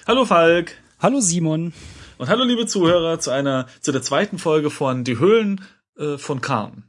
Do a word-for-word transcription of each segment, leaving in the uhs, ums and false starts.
Hallo Falk. Hallo Simon. Und hallo liebe Zuhörer zu einer zu der zweiten Folge von Die Höhlen äh, von Karn.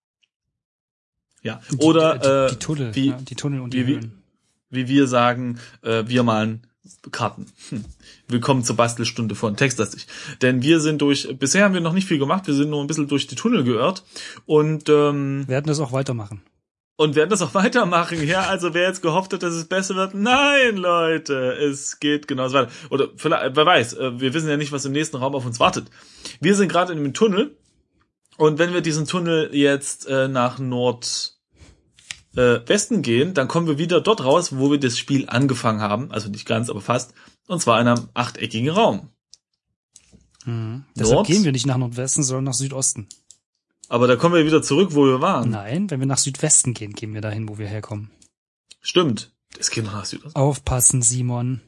Ja, Die, oder die, äh, die Tunnel, wie, ja, die Tunnel und die wie, Höhlen. Wie wir sagen, äh, wir malen Karten. Hm. Willkommen zur Bastelstunde von Textlastig. Denn wir sind durch, bisher haben wir noch nicht viel gemacht, wir sind nur ein bisschen durch die Tunnel geirrt und ähm, werden das auch weitermachen. Und werden das auch weitermachen, ja, also wer jetzt gehofft hat, dass es besser wird, nein, Leute, es geht genauso weiter. Oder vielleicht, wer weiß, wir wissen ja nicht, was im nächsten Raum auf uns wartet. Wir sind gerade in einem Tunnel und wenn wir diesen Tunnel jetzt äh, nach Nordwesten äh, gehen, dann kommen wir wieder dort raus, wo wir das Spiel angefangen haben, also nicht ganz, aber fast, und zwar in einem achteckigen Raum. Mhm. Deshalb gehen wir nicht nach Nordwesten, sondern nach Südosten. Aber da kommen wir wieder zurück, wo wir waren. Nein, wenn wir nach Südwesten gehen, gehen wir dahin, wo wir herkommen. Stimmt. Es geht noch nach Südosten. Aufpassen, Simon.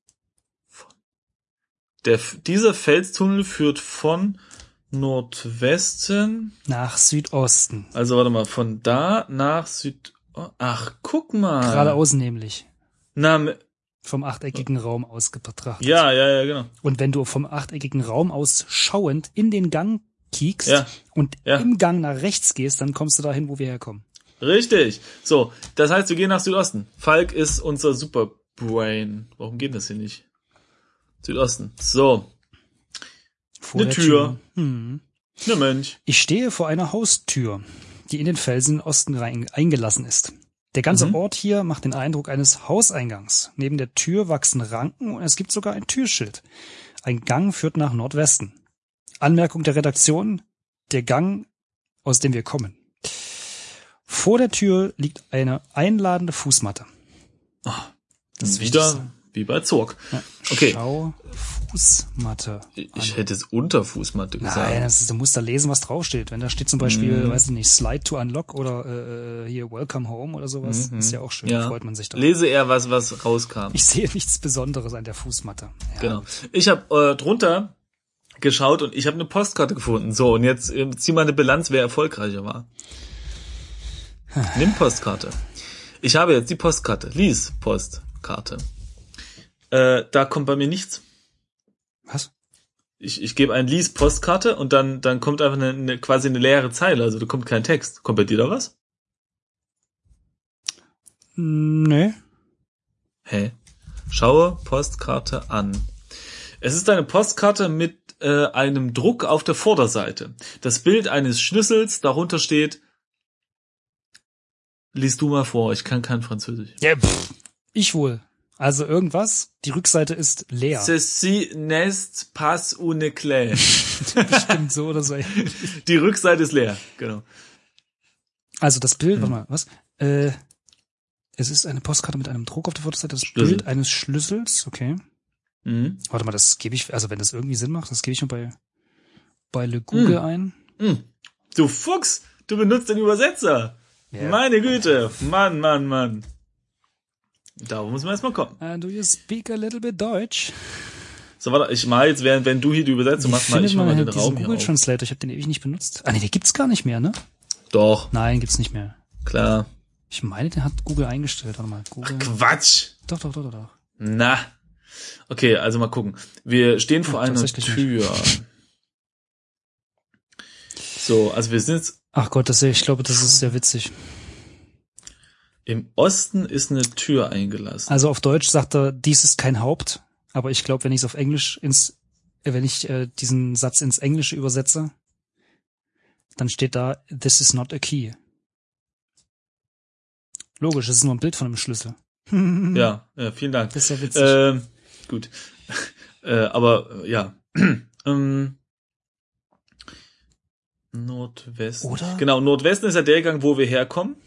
Der, dieser Felstunnel führt von Nordwesten nach Südosten. Also warte mal, von da nach Süd... Ach, guck mal. Geradeaus nämlich. Na, vom achteckigen Raum aus betrachtet. Ja, ja, ja, genau. Und wenn du vom achteckigen Raum aus schauend in den Gang kiekst ja, und ja. im Gang nach rechts gehst, dann kommst du dahin, wo wir herkommen. Richtig. So, das heißt, wir gehen nach Südosten. Falk ist unser Superbrain. Warum geht das hier nicht? Südosten. So. Vor Eine Tür. Tür. Hm. Ne Mensch. Ich stehe vor einer Haustür, die in den Felsen Osten rein eingelassen ist. Der ganze mhm. Ort hier macht den Eindruck eines Hauseingangs. Neben der Tür wachsen Ranken und es gibt sogar ein Türschild. Ein Gang führt nach Nordwesten. Anmerkung der Redaktion, der Gang, aus dem wir kommen. Vor der Tür liegt eine einladende Fußmatte. Oh, das ist wieder wie bei Zorg. Ja. Okay. Schau Fußmatte. Ich an. hätte es Unterfußmatte gesagt. Nein, das ist, du musst da lesen, was draufsteht. Wenn da steht zum Beispiel, mm. weiß ich nicht, Slide to Unlock oder äh, hier Welcome Home oder sowas, mm-hmm. ist ja auch schön, ja. freut man sich da. Lese eher was, was rauskam. Ich sehe nichts Besonderes an der Fußmatte. Ja. Genau. Ich habe äh, drunter geschaut und ich habe eine Postkarte gefunden. So, und jetzt äh, zieh mal eine Bilanz, wer erfolgreicher war. Nimm Postkarte. Ich habe jetzt die Postkarte. Lies Postkarte. Äh, da kommt bei mir nichts. Was? Ich, ich gebe ein Lies Postkarte und dann dann kommt einfach eine, eine quasi eine leere Zeile. Also da kommt kein Text. Kommt bei dir da was? Nee. Hä? Schaue Postkarte an. Es ist eine Postkarte mit äh, einem Druck auf der Vorderseite. Das Bild eines Schlüssels, darunter steht, lies du mal vor, ich kann kein Französisch. Ja, pff, ich wohl. Also irgendwas, die Rückseite ist leer. Ceci n'est pas une clé. Bestimmt so oder so. Die Rückseite ist leer, genau. Also das Bild, hm. warte mal, was? Äh, es ist eine Postkarte mit einem Druck auf der Vorderseite, das Schlüssel. Bild eines Schlüssels, okay. Mhm. Warte mal, das gebe ich, also wenn das irgendwie Sinn macht, das gebe ich mal bei, bei Le Google mhm. ein. Mhm. Du Fuchs, du benutzt den Übersetzer. Yeah. Meine Güte, Mann, Mann, Mann. Da muss man erstmal kommen. Uh, do you speak a little bit Deutsch? So, warte, ich mal jetzt, während wenn du hier die Übersetzung machst, mal ich mal den Raum hier Google Translator, ich habe den ewig nicht benutzt. Ah nee, den gibt's gar nicht mehr, ne? Doch. Nein, gibt's nicht mehr. Klar. Ich meine, den hat Google eingestellt, warte mal. Google. Ach, Quatsch. Doch, doch, doch, doch, doch. Na. Okay, also mal gucken. Wir stehen vor Ach, einer Tür. Nicht. So, also wir sind jetzt... Ach Gott, das, ich glaube, das ist sehr witzig. Im Osten ist eine Tür eingelassen. Also auf Deutsch sagt er, dies ist kein Haupt, aber ich glaube, wenn ich es auf Englisch ins, äh, wenn ich äh, diesen Satz ins Englische übersetze, dann steht da, this is not a key. Logisch, es ist nur ein Bild von einem Schlüssel. ja, ja, vielen Dank. Das ist ja witzig. Äh, gut. äh, aber ja. ähm, Nordwesten. Oder? Genau, Nordwesten ist ja der Gang, wo wir herkommen.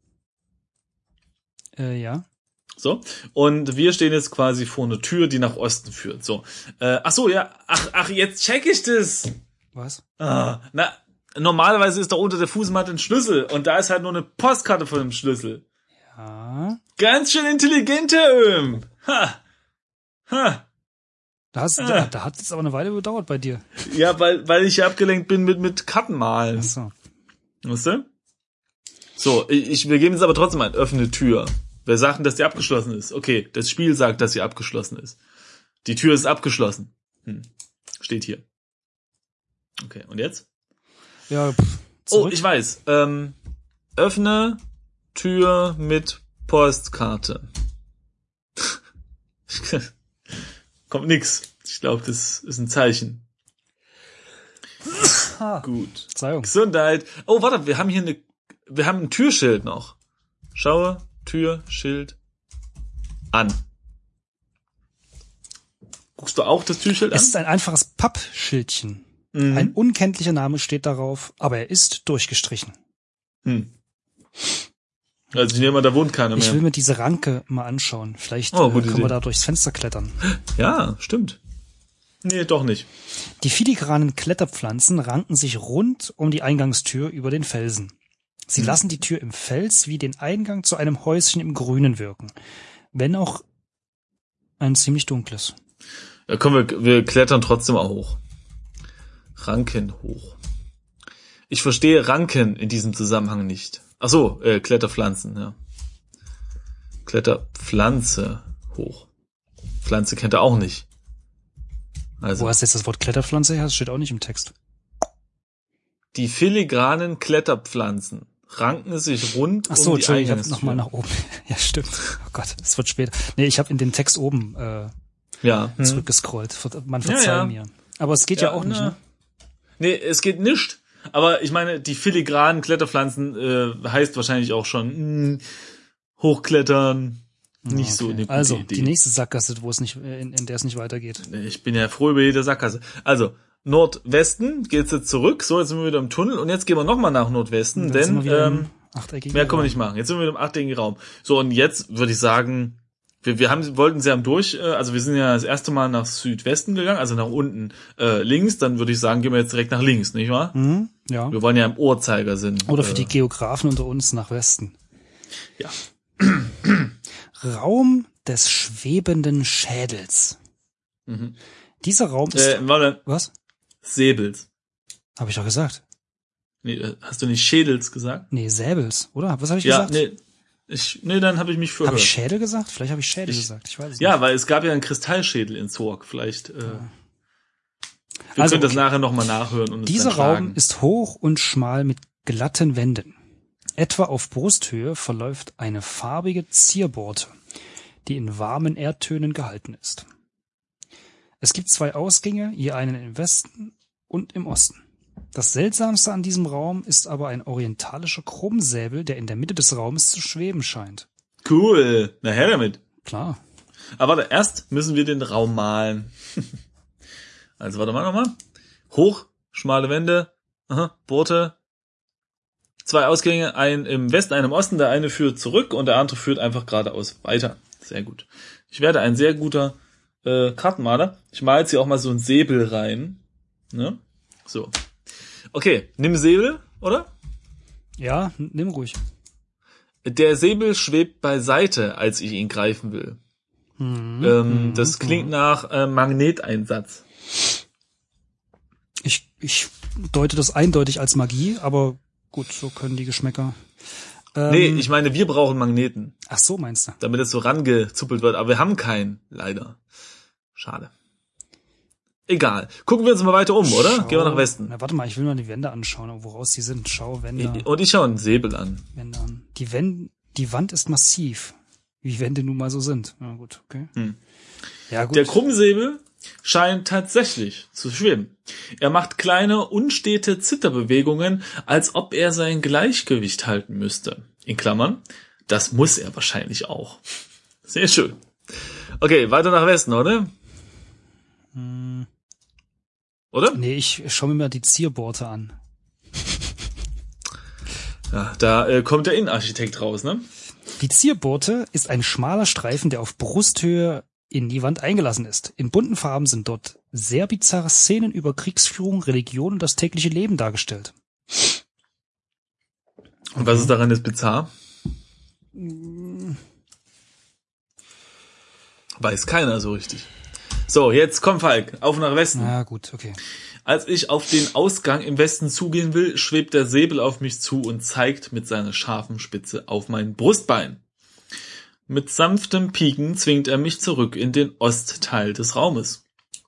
Äh, ja. So. Und wir stehen jetzt quasi vor einer Tür, die nach Osten führt. So. Äh, ach so, ja. Ach, ach, jetzt check ich das. Was? Ah, na, normalerweise ist da unter der Fußmatte ein Schlüssel und da ist halt nur eine Postkarte von dem Schlüssel. Ja. Ganz schön intelligent, Herr Öhm. Ha. Ha. Da, hast, ah. da, da hat es aber eine Weile gedauert bei dir. Ja, weil weil ich abgelenkt bin mit mit Kartenmalen. Ach so. Weißt du? So, ich, wir geben jetzt aber trotzdem ein, öffne Tür. Wir sagen, dass die abgeschlossen ist. Okay, das Spiel sagt, dass sie abgeschlossen ist. Die Tür ist abgeschlossen. Hm. Steht hier. Okay, und jetzt? Ja, pff, zurück. Oh, ich weiß. Ähm, öffne Tür mit Postkarte. Kommt nix. Ich glaube, das ist ein Zeichen. Ha. Gut. Verzeihung. Gesundheit. Oh, warte, wir haben hier eine, wir haben ein Türschild noch. Schaue, Tür, Schild an. Guckst du auch das Türschild Es an? ist ein einfaches Pappschildchen. Mhm. Ein unkenntlicher Name steht darauf, aber er ist durchgestrichen. Hm. Also ich nehme mal, da wohnt keiner Ich will mehr. mir diese Ranke mal anschauen. Vielleicht Oh, äh, gute können Idee. wir da durchs Fenster klettern. Ja, stimmt. Nee, doch nicht. Die filigranen Kletterpflanzen ranken sich rund um die Eingangstür über den Felsen. Sie Mhm. lassen die Tür im Fels wie den Eingang zu einem Häuschen im Grünen wirken. Wenn auch ein ziemlich dunkles. Ja, komm, wir, wir klettern trotzdem auch hoch. Ranken hoch. Ich verstehe Ranken in diesem Zusammenhang nicht. Ach so, äh, Kletterpflanzen, ja. Kletterpflanze hoch. Pflanze kennt er auch nicht. Also, Wo hast du jetzt das Wort Kletterpflanze her? Das steht auch nicht im Text. die filigranen Kletterpflanzen ranken sich rund Ach so, um die Entschuldigung, ich habe Eingangstür. nochmal nach oben. Ja, stimmt. Oh Gott, es wird später. Nee, ich habe in den Text oben äh, Ja. Hm. zurückgescrollt. Ver- Man Ja, verzeih ja. mir. Aber es geht ja, auch nicht, na. ne? Nee, es geht nicht. Aber ich meine, die filigranen Kletterpflanzen äh, heißt wahrscheinlich auch schon mh, hochklettern. Nicht so Okay. eine gute Also, Idee. die nächste Sackgasse, wo es nicht, äh, in, in der es nicht weitergeht. Ich bin ja froh über jede Sackgasse. Also, Nordwesten geht's jetzt zurück. So, jetzt sind wir wieder im Tunnel. Und jetzt gehen wir nochmal nach Nordwesten, Und dann sind denn wir wieder ähm, im achteckigen mehr können wir Raum. nicht machen. Jetzt sind wir wieder im achteckigen Raum. So, und jetzt würde ich sagen, wir, wir haben, wollten sie am durch, äh, also wir sind ja das erste Mal nach Südwesten gegangen, also nach unten äh, links. Dann würde ich sagen, gehen wir jetzt direkt nach links, nicht wahr? Mhm, ja. Wir wollen ja im Uhrzeigersinn. Oder für äh, die Geografen unter uns nach Westen. Ja. Raum des schwebenden Schädels. Mhm. Dieser Raum ist... Äh, warte, was? Säbels. Habe ich doch gesagt. Nee, äh, hast du nicht Schädels gesagt? Nee, Säbels, oder? Was habe ich Ja, gesagt? nee. Ich, nee, dann habe ich mich verhört. Habe ich Schädel gesagt? Vielleicht habe ich Schädel Ich- gesagt. Ich weiß es Ja, nicht. weil es gab ja einen Kristallschädel in Zorg. Vielleicht. Äh, wir Also, können das okay. nachher nochmal nachhören und es Dieser dann fragen. Raum ist hoch und schmal mit glatten Wänden. Etwa auf Brusthöhe verläuft eine farbige Zierborte, die in warmen Erdtönen gehalten ist. Es gibt zwei Ausgänge, je einen im Westen und im Osten. Das Seltsamste an diesem Raum ist aber ein orientalischer Krummsäbel, der in der Mitte des Raumes zu schweben scheint. Cool. Na her damit. Klar. Aber warte, erst müssen wir den Raum malen. Also warte mal nochmal. Hoch, schmale Wände, aha, Borte. Zwei Ausgänge, ein im Westen, ein im Osten. Der eine führt zurück und der andere führt einfach geradeaus weiter. Sehr gut. Ich werde ein sehr guter äh, Kartenmaler. Ich male jetzt hier auch mal so ein Säbel rein. Ne? So. Okay, nimm Säbel, oder? Ja, n- nimm ruhig. Der Säbel schwebt beiseite, als ich ihn greifen will. Mhm. Ähm, das klingt nach äh, Magneteinsatz. Ich, ich deute das eindeutig als Magie, aber gut, so können die Geschmäcker. Ähm, Nee, ich meine, wir brauchen Magneten, ach so, meinst du? damit es so rangezuppelt wird. Aber wir haben keinen, leider. Schade. Egal. Gucken wir uns mal weiter um, oder? Schau- Gehen wir nach Westen. Na, warte mal, ich will mal die Wände anschauen, woraus die sind. Schau Wände, Und ich schaue einen Säbel an. Wände an. Die, Wände, die Wand ist massiv, wie Wände nun mal so sind. Ja gut, okay. Hm. Ja gut. Der Krummsäbel scheint tatsächlich zu schweben. Er macht kleine, unstete Zitterbewegungen, als ob er sein Gleichgewicht halten müsste. In Klammern, das muss er wahrscheinlich auch. Sehr schön. Okay, weiter nach Westen, oder? Hm, Oder? nee, ich schaue mir mal die Zierborte an. Ja, da äh, kommt der Innenarchitekt raus, ne? Die Zierborte ist ein schmaler Streifen, der auf Brusthöhe in die Wand eingelassen ist. In bunten Farben sind dort sehr bizarre Szenen über Kriegsführung, Religion und das tägliche Leben dargestellt. Und was ist daran jetzt bizarr? Weiß keiner so richtig. So, jetzt komm Falk, auf nach Westen. Na gut, okay. Als ich auf den Ausgang im Westen zugehen will, schwebt der Säbel auf mich zu und zeigt mit seiner scharfen Spitze auf mein Brustbein. Mit sanftem Pieken zwingt er mich zurück in den Ostteil des Raumes.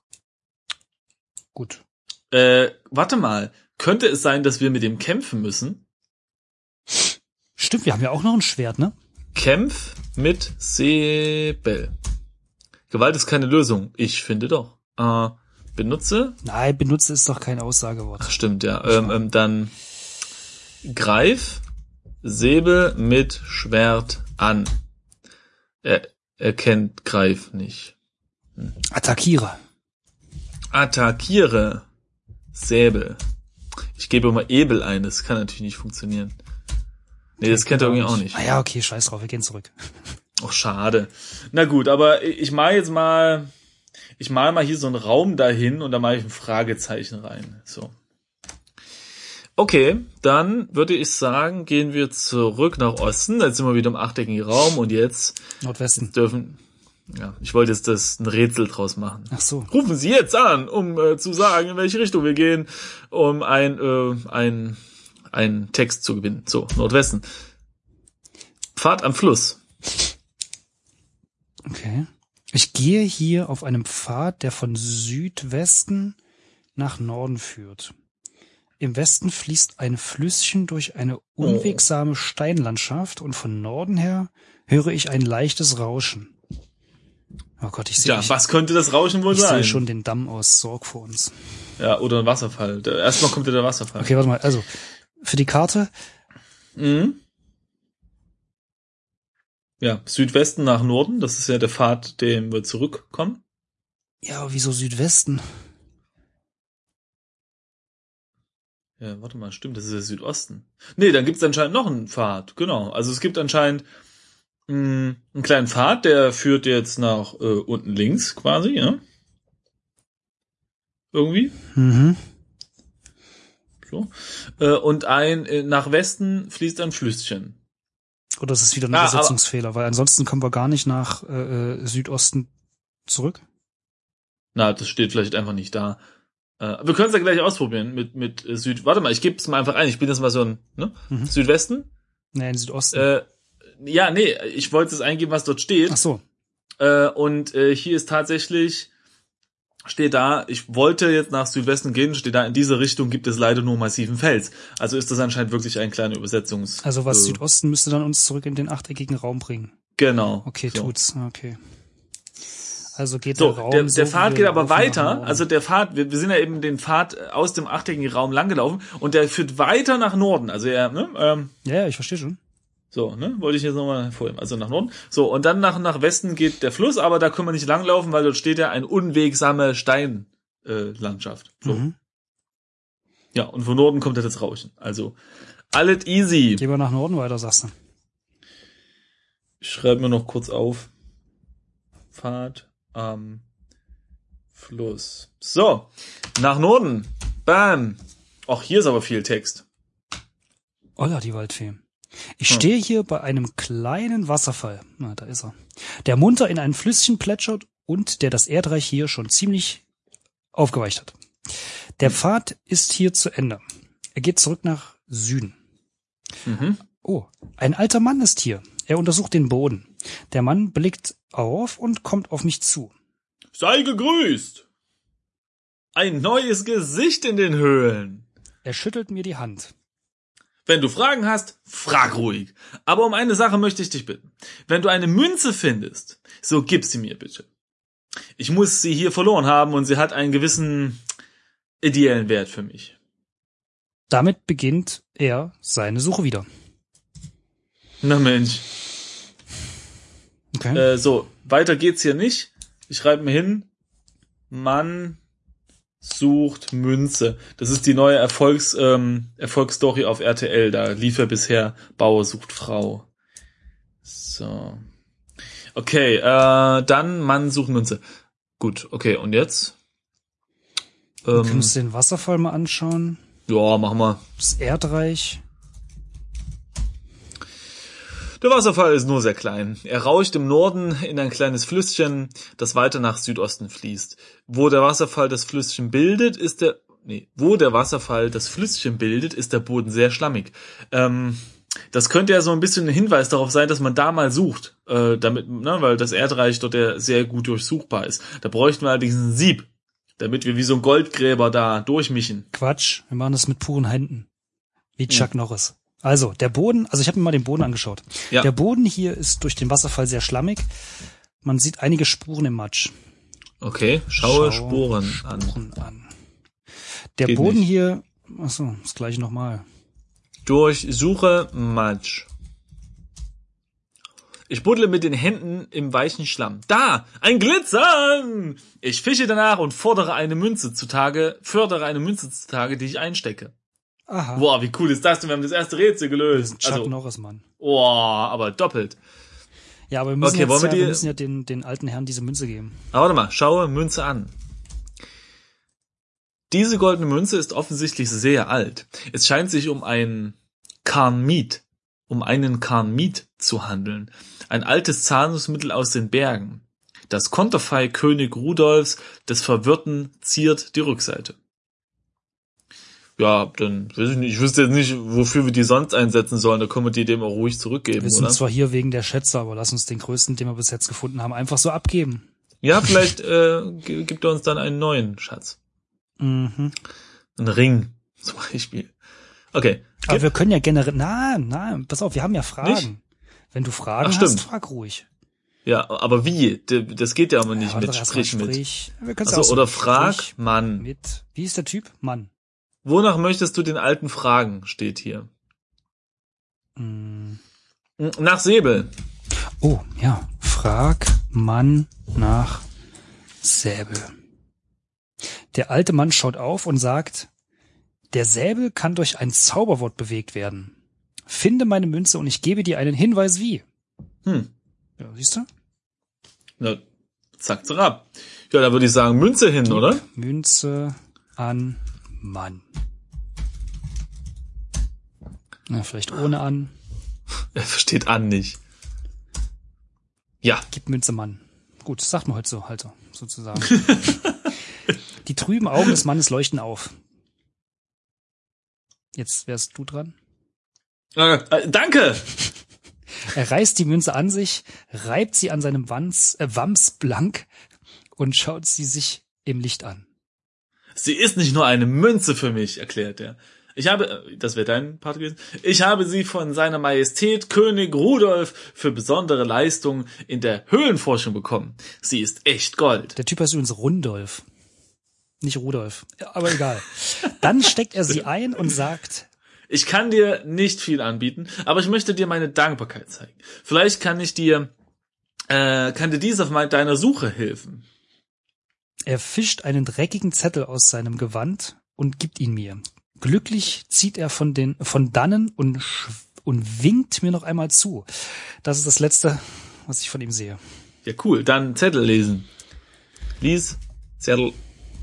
Gut. Äh, warte mal. Könnte es sein, dass wir mit dem kämpfen müssen? Stimmt, wir haben ja auch noch ein Schwert, ne? Kämpf mit Säbel. Gewalt ist keine Lösung. Ich finde doch. Äh, benutze? Nein, benutze ist doch kein Aussagewort. Ach, stimmt, ja. Ähm, ähm, dann greif Säbel mit Schwert an. Er, er kennt Greif nicht. Hm. Attackiere. Attackiere Säbel. Ich gebe immer Ebel ein, das kann natürlich nicht funktionieren. Nee, das kennt er irgendwie auch nicht. Ah ja, okay, scheiß drauf, wir gehen zurück. Och, schade. Na gut, aber ich mal jetzt mal, ich mal mal hier so einen Raum dahin und da mache ich ein Fragezeichen rein. So. Okay, dann würde ich sagen, gehen wir zurück nach Osten. Jetzt sind wir wieder im achteckigen Raum und jetzt Nordwesten. dürfen, ja, ich wollte jetzt das ein Rätsel draus machen. Ach so. Rufen Sie jetzt an, um äh, zu sagen, in welche Richtung wir gehen, um ein, äh, ein, einen Text zu gewinnen. So, Nordwesten. Pfad am Fluss. Okay. Ich gehe hier auf einem Pfad, der von Südwesten nach Norden führt. Im Westen fließt ein Flüsschen durch eine unwegsame Steinlandschaft und von Norden her höre ich ein leichtes Rauschen. Oh Gott, ich sehe Ja, was könnte das Rauschen wohl ich sein? sehe schon den Damm aus Sorg vor uns. Ja, oder ein Wasserfall. Der- Erstmal kommt ja der Wasserfall. Okay, warte mal. Also, für die Karte, Mhm. Ja, Südwesten nach Norden, das ist ja der Pfad, dem wir zurückkommen. ja, aber wieso Südwesten? Ja, warte mal, stimmt, das ist der Südosten. Nee, dann gibt's anscheinend noch einen Pfad, genau. Also es gibt anscheinend mh, einen kleinen Pfad, der führt jetzt nach äh, unten links quasi, ja. Irgendwie, Mhm. so. Äh, und ein, äh, nach Westen fließt ein Flüsschen. Oder das ist wieder ein Ah, Übersetzungsfehler, weil ansonsten kommen wir gar nicht nach äh, Südosten zurück. Na, das steht vielleicht einfach nicht da. Äh, wir können es ja gleich ausprobieren mit mit äh, Süd. Warte mal, ich gebe es mal einfach ein. Ich bin jetzt mal so ein ne? Mhm. Südwesten. Nee, in Südosten. Äh, ja, nee, ich wollte es eingeben, was dort steht. Ach so. Äh, und äh, hier ist tatsächlich steht da, ich wollte jetzt nach Südwesten gehen, steht da, in diese Richtung gibt es leider nur massiven Fels. Also ist das anscheinend wirklich ein kleiner Übersetzungs... Also was äh, Südosten müsste dann uns zurück in den achteckigen Raum bringen. Genau. Okay, so. tut's. Okay. Also geht So, der Raum der, so, der wie Pfad wir geht aber laufen, nach weiter, Norden. also der Pfad, wir, wir sind ja eben den Pfad aus dem achteckigen Raum langgelaufen und der führt weiter nach Norden, also er, ne, ähm, Ja, ja, ich verstehe schon. so, ne, wollte ich jetzt nochmal hervorheben, also nach Norden. So, und dann nach, nach Westen geht der Fluss, aber da können wir nicht langlaufen, weil dort steht ja eine unwegsame Steinlandschaft. Äh, Landschaft. so. Mhm. Ja, und von Norden kommt ja das Rauschen. Also, alles easy. Gehen wir nach Norden weiter, sagst du. Ich schreibe mir noch kurz auf. Pfad am Fluss. So, nach Norden. Bam. Auch hier ist aber viel Text. Olla, die Waldfee. Ich Hm. stehe hier bei einem kleinen Wasserfall. Na, da ist er. Der munter in ein Flüsschen plätschert und der das Erdreich hier schon ziemlich aufgeweicht hat. Der Pfad ist hier zu Ende. Er geht zurück nach Süden. Mhm. Oh, ein alter Mann ist hier. Er untersucht den Boden. Der Mann blickt auf und kommt auf mich zu. Sei gegrüßt. Ein neues Gesicht in den Höhlen. Er schüttelt mir die Hand. Wenn du Fragen hast, frag ruhig. Aber um eine Sache möchte ich dich bitten. Wenn du eine Münze findest, so gib sie mir bitte. Ich muss sie hier verloren haben und sie hat einen gewissen ideellen Wert für mich. Damit beginnt er seine Suche wieder. Na Mensch. Okay. Äh, so, weiter geht's hier nicht. Ich schreibe mir hin, Mann sucht Münze. Das ist die neue Erfolgs, ähm, Erfolgsstory auf R T L. Da lief er bisher Bauer sucht Frau. So. Okay, äh, dann Mann sucht Münze. Gut, okay, und jetzt? Wir Ähm, können uns den Wasserfall mal anschauen. ja, machen wir. Das Erdreich. Der Wasserfall ist nur sehr klein. Er rauscht im Norden in ein kleines Flüsschen, das weiter nach Südosten fließt. Wo der Wasserfall das Flüsschen bildet, ist der, nee, wo der Wasserfall das Flüsschen bildet, ist der Boden sehr schlammig. Ähm, Das könnte ja so ein bisschen ein Hinweis darauf sein, dass man da mal sucht, äh, damit, ne, weil das Erdreich dort ja sehr gut durchsuchbar ist. Da bräuchten wir allerdings ein Sieb, damit wir wie so ein Goldgräber da durchmischen. Quatsch, wir machen das mit puren Händen. Wie Chuck hm. Norris. Also, der Boden, also ich habe mir mal den Boden angeschaut. Ja. Der Boden hier ist durch den Wasserfall sehr schlammig. Man sieht einige Spuren im Matsch. Okay, schaue, schaue Spuren, Spuren an. an. Der Geht Boden nicht. hier, achso, das gleiche nochmal. Durchsuche Matsch. Ich buddle mit den Händen im weichen Schlamm. Da! Ein Glitzern! Ich fische danach und fordere eine Münze zutage, fördere eine Münze zutage, die ich einstecke. Aha. Boah, wie cool ist das denn? Wir haben das erste Rätsel gelöst. Chuck also, Norris, Mann. Boah, aber doppelt. Ja, aber wir müssen, okay, jetzt wollen wir, ja, die... wir müssen ja den, den alten Herrn diese Münze geben. Aber warte mal, schaue Münze an. Diese goldene Münze ist offensichtlich sehr alt. Es scheint sich um ein Karmit, um einen Karmit zu handeln. Ein altes Zahlungsmittel aus den Bergen. Das Konterfei König Rudolfs des Verwirrten ziert die Rückseite. Ja, dann weiß ich nicht. Ich wüsste jetzt nicht, wofür wir die sonst einsetzen sollen. Da können wir die dem auch ruhig zurückgeben, wir sind oder? Zwar hier wegen der Schätze, aber lass uns den größten, den wir bis jetzt gefunden haben, einfach so abgeben. Ja, vielleicht äh, gibt er uns dann einen neuen Schatz. Mhm. Ein Ring zum Beispiel. Okay. Aber Gib. wir können ja generell, nein, nein, pass auf, wir haben ja Fragen. Nicht? Wenn du Fragen Ach, hast, frag ruhig. Ja, aber wie? Das geht ja aber nicht ja, mit Sprich mit. Sprich. Ja, also, oder frag Mann. Mit, wie ist der Typ? Mann. Wonach möchtest du den Alten fragen, steht hier. Mm. Nach Säbel. Oh, ja. Frag Mann nach Säbel. Der alte Mann schaut auf und sagt, der Säbel kann durch ein Zauberwort bewegt werden. Finde meine Münze und ich gebe dir einen Hinweis wie. Hm. Ja, siehst du? Na, zack, zack ab. Ja, da würde ich sagen, Münze hin, Gib oder? Münze an Mann. Na, vielleicht ohne an. Er versteht an nicht. Ja. Gib Münze Mann. Gut, das sagt man heute so, halt so, sozusagen. Die trüben Augen des Mannes leuchten auf. Jetzt wärst du dran. Äh, äh, danke! Er reißt die Münze an sich, reibt sie an seinem Wams, äh, Wams blank und schaut sie sich im Licht an. Sie ist nicht nur eine Münze für mich, erklärt er. Ich habe, das wäre dein Part gewesen, ich habe sie von seiner Majestät König Rudolf für besondere Leistungen in der Höhlenforschung bekommen. Sie ist echt Gold. Der Typ heißt übrigens Rundolf. Nicht Rudolf, aber egal. Dann steckt er sie ein und sagt, ich kann dir nicht viel anbieten, aber ich möchte dir meine Dankbarkeit zeigen. Vielleicht kann ich dir, äh, kann dir dies auf deiner Suche helfen. Er fischt einen dreckigen Zettel aus seinem Gewand und gibt ihn mir. Glücklich zieht er von den, von dannen und, und winkt mir noch einmal zu. Das ist das Letzte, was ich von ihm sehe. Ja, cool. Dann Zettel lesen. Lies Zettel.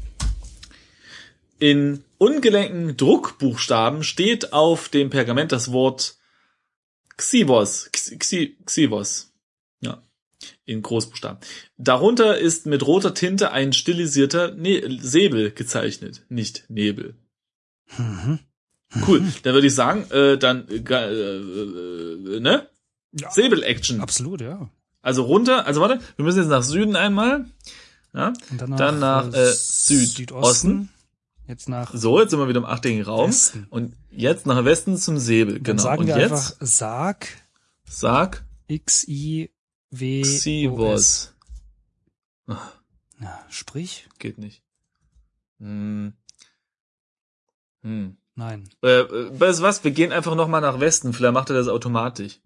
In ungelenken Druckbuchstaben steht auf dem Pergament das Wort Xivos. Xi, Xivos. Ja. In Großbuchstaben. Darunter ist mit roter Tinte ein stilisierter ne- Säbel gezeichnet. Nicht Nebel. Mhm. Cool. Dann würde ich sagen, äh, dann, äh, äh, ne? Ja, Säbel-Action. Absolut, ja. Also runter, also warte, wir müssen jetzt nach Süden einmal. Ja. Und danach, dann nach äh, Südosten. Südosten. Jetzt nach So, jetzt sind wir wieder im achteckigen Raum. Westen. Und jetzt nach Westen zum Säbel. Dann genau. sagen Und wir jetzt einfach Sag. Sag. X I W O S. Xivos. Ja, sprich. Geht nicht. Hm. Hm. Nein. Äh, weißt du was? Wir gehen einfach nochmal nach Westen. Vielleicht macht er das automatisch.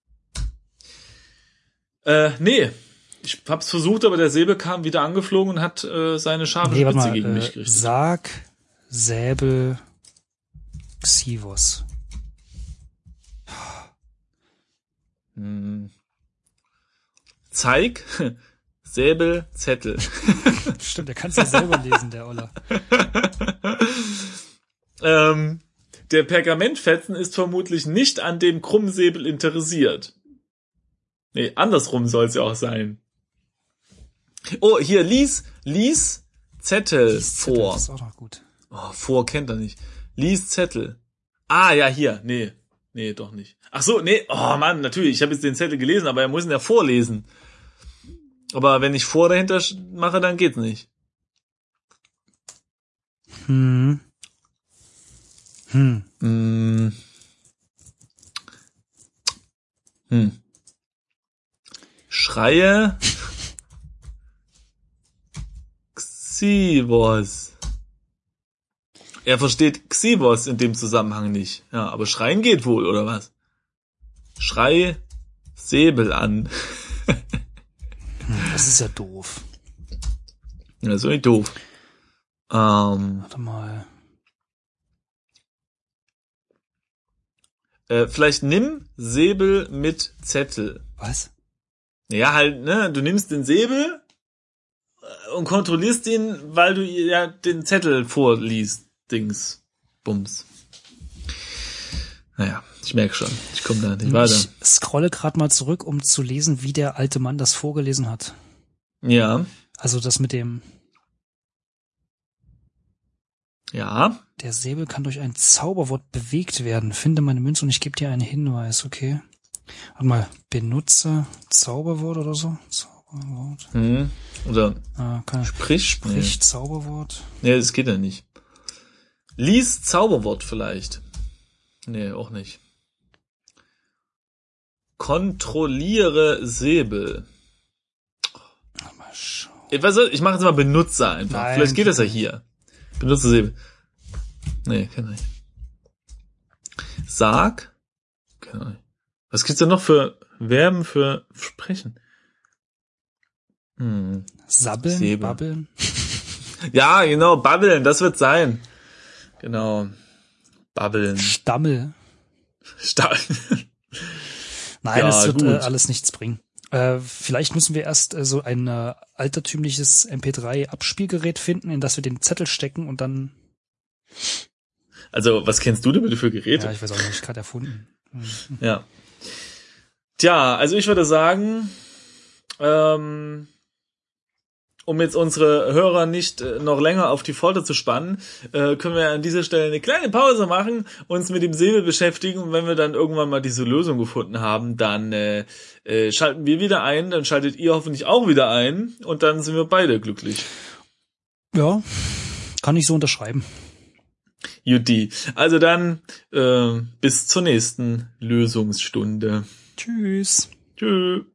Äh, nee. Ich hab's versucht, aber der Säbel kam wieder angeflogen und hat äh, seine scharfe nee, Spitze mal, gegen äh, mich gerichtet. Sag, Säbel, Xivos. Hm. Zeig, Säbel, Zettel. Stimmt, der kann's ja selber lesen, der Oller. ähm, der Pergamentfetzen ist vermutlich nicht an dem Krummsäbel interessiert. Nee, andersrum soll's ja auch sein. Oh, hier, lies, lies Zettel Lies Zettel, vor. das ist auch noch gut. Oh, vor kennt er nicht. Lies Zettel. Ah, ja, hier, nee. Nee, doch nicht. Ach so, nee, oh Mann, natürlich, ich habe jetzt den Zettel gelesen, aber er muss ihn ja vorlesen. Aber wenn ich vor dahinter mache, dann geht's nicht. Hm. Hm. Hm. Hm. Schreie Xivos. Er versteht Xivos in dem Zusammenhang nicht. Ja, aber schreien geht wohl, oder was? Schrei Säbel an. Das ist ja doof. Das ist nicht doof. Ähm, Warte mal. äh, vielleicht nimm Säbel mit Zettel. Was? Ja, halt, ne, du nimmst den Säbel und kontrollierst ihn, weil du ja den Zettel vorliest. Dings. Bums. Naja, ich merke schon, ich komme da nicht weiter. Ich scrolle gerade mal zurück, um zu lesen, wie der alte Mann das vorgelesen hat. Ja. Also das mit dem... Ja. Der Säbel kann durch ein Zauberwort bewegt werden. Finde meine Münze und ich gebe dir einen Hinweis, okay? Warte mal, benutze Zauberwort oder so? Zauberwort. Hm. Oder Ah, kann sprich. Sprich Nee. Zauberwort. Nee, das geht ja nicht. Lies Zauberwort vielleicht. Nee, auch nicht. Kontrolliere Säbel. Mal schauen. Ich, weiß, ich mache jetzt mal Benutzer einfach. Nein, Vielleicht geht das ja hier. Benutze Säbel. Nee, kann ich nicht. Sag. Kann ich nicht. Was gibt's denn noch für Verben für Sprechen? Hm. Sabbeln, Säbel. babbeln. Ja, genau, babbeln, das wird sein. Genau. Babbeln. Stammel. Stahl. Nein, Ja, es wird gut. äh, alles nichts bringen. Äh, vielleicht müssen wir erst äh, so ein äh, altertümliches M P drei Abspielgerät finden, in das wir den Zettel stecken und dann... Also, was kennst du denn bitte für Geräte? Ja, ich weiß auch nicht, gerade erfunden. Hm. Ja. Tja, also ich würde sagen, ähm, um jetzt unsere Hörer nicht äh, noch länger auf die Folter zu spannen, äh, können wir an dieser Stelle eine kleine Pause machen, uns mit dem Säbel beschäftigen und wenn wir dann irgendwann mal diese Lösung gefunden haben, dann äh, äh, schalten wir wieder ein, dann schaltet ihr hoffentlich auch wieder ein und dann sind wir beide glücklich. Ja, kann ich so unterschreiben. Juti. Also dann äh, bis zur nächsten Lösungsstunde. Tschüss. Tschüss.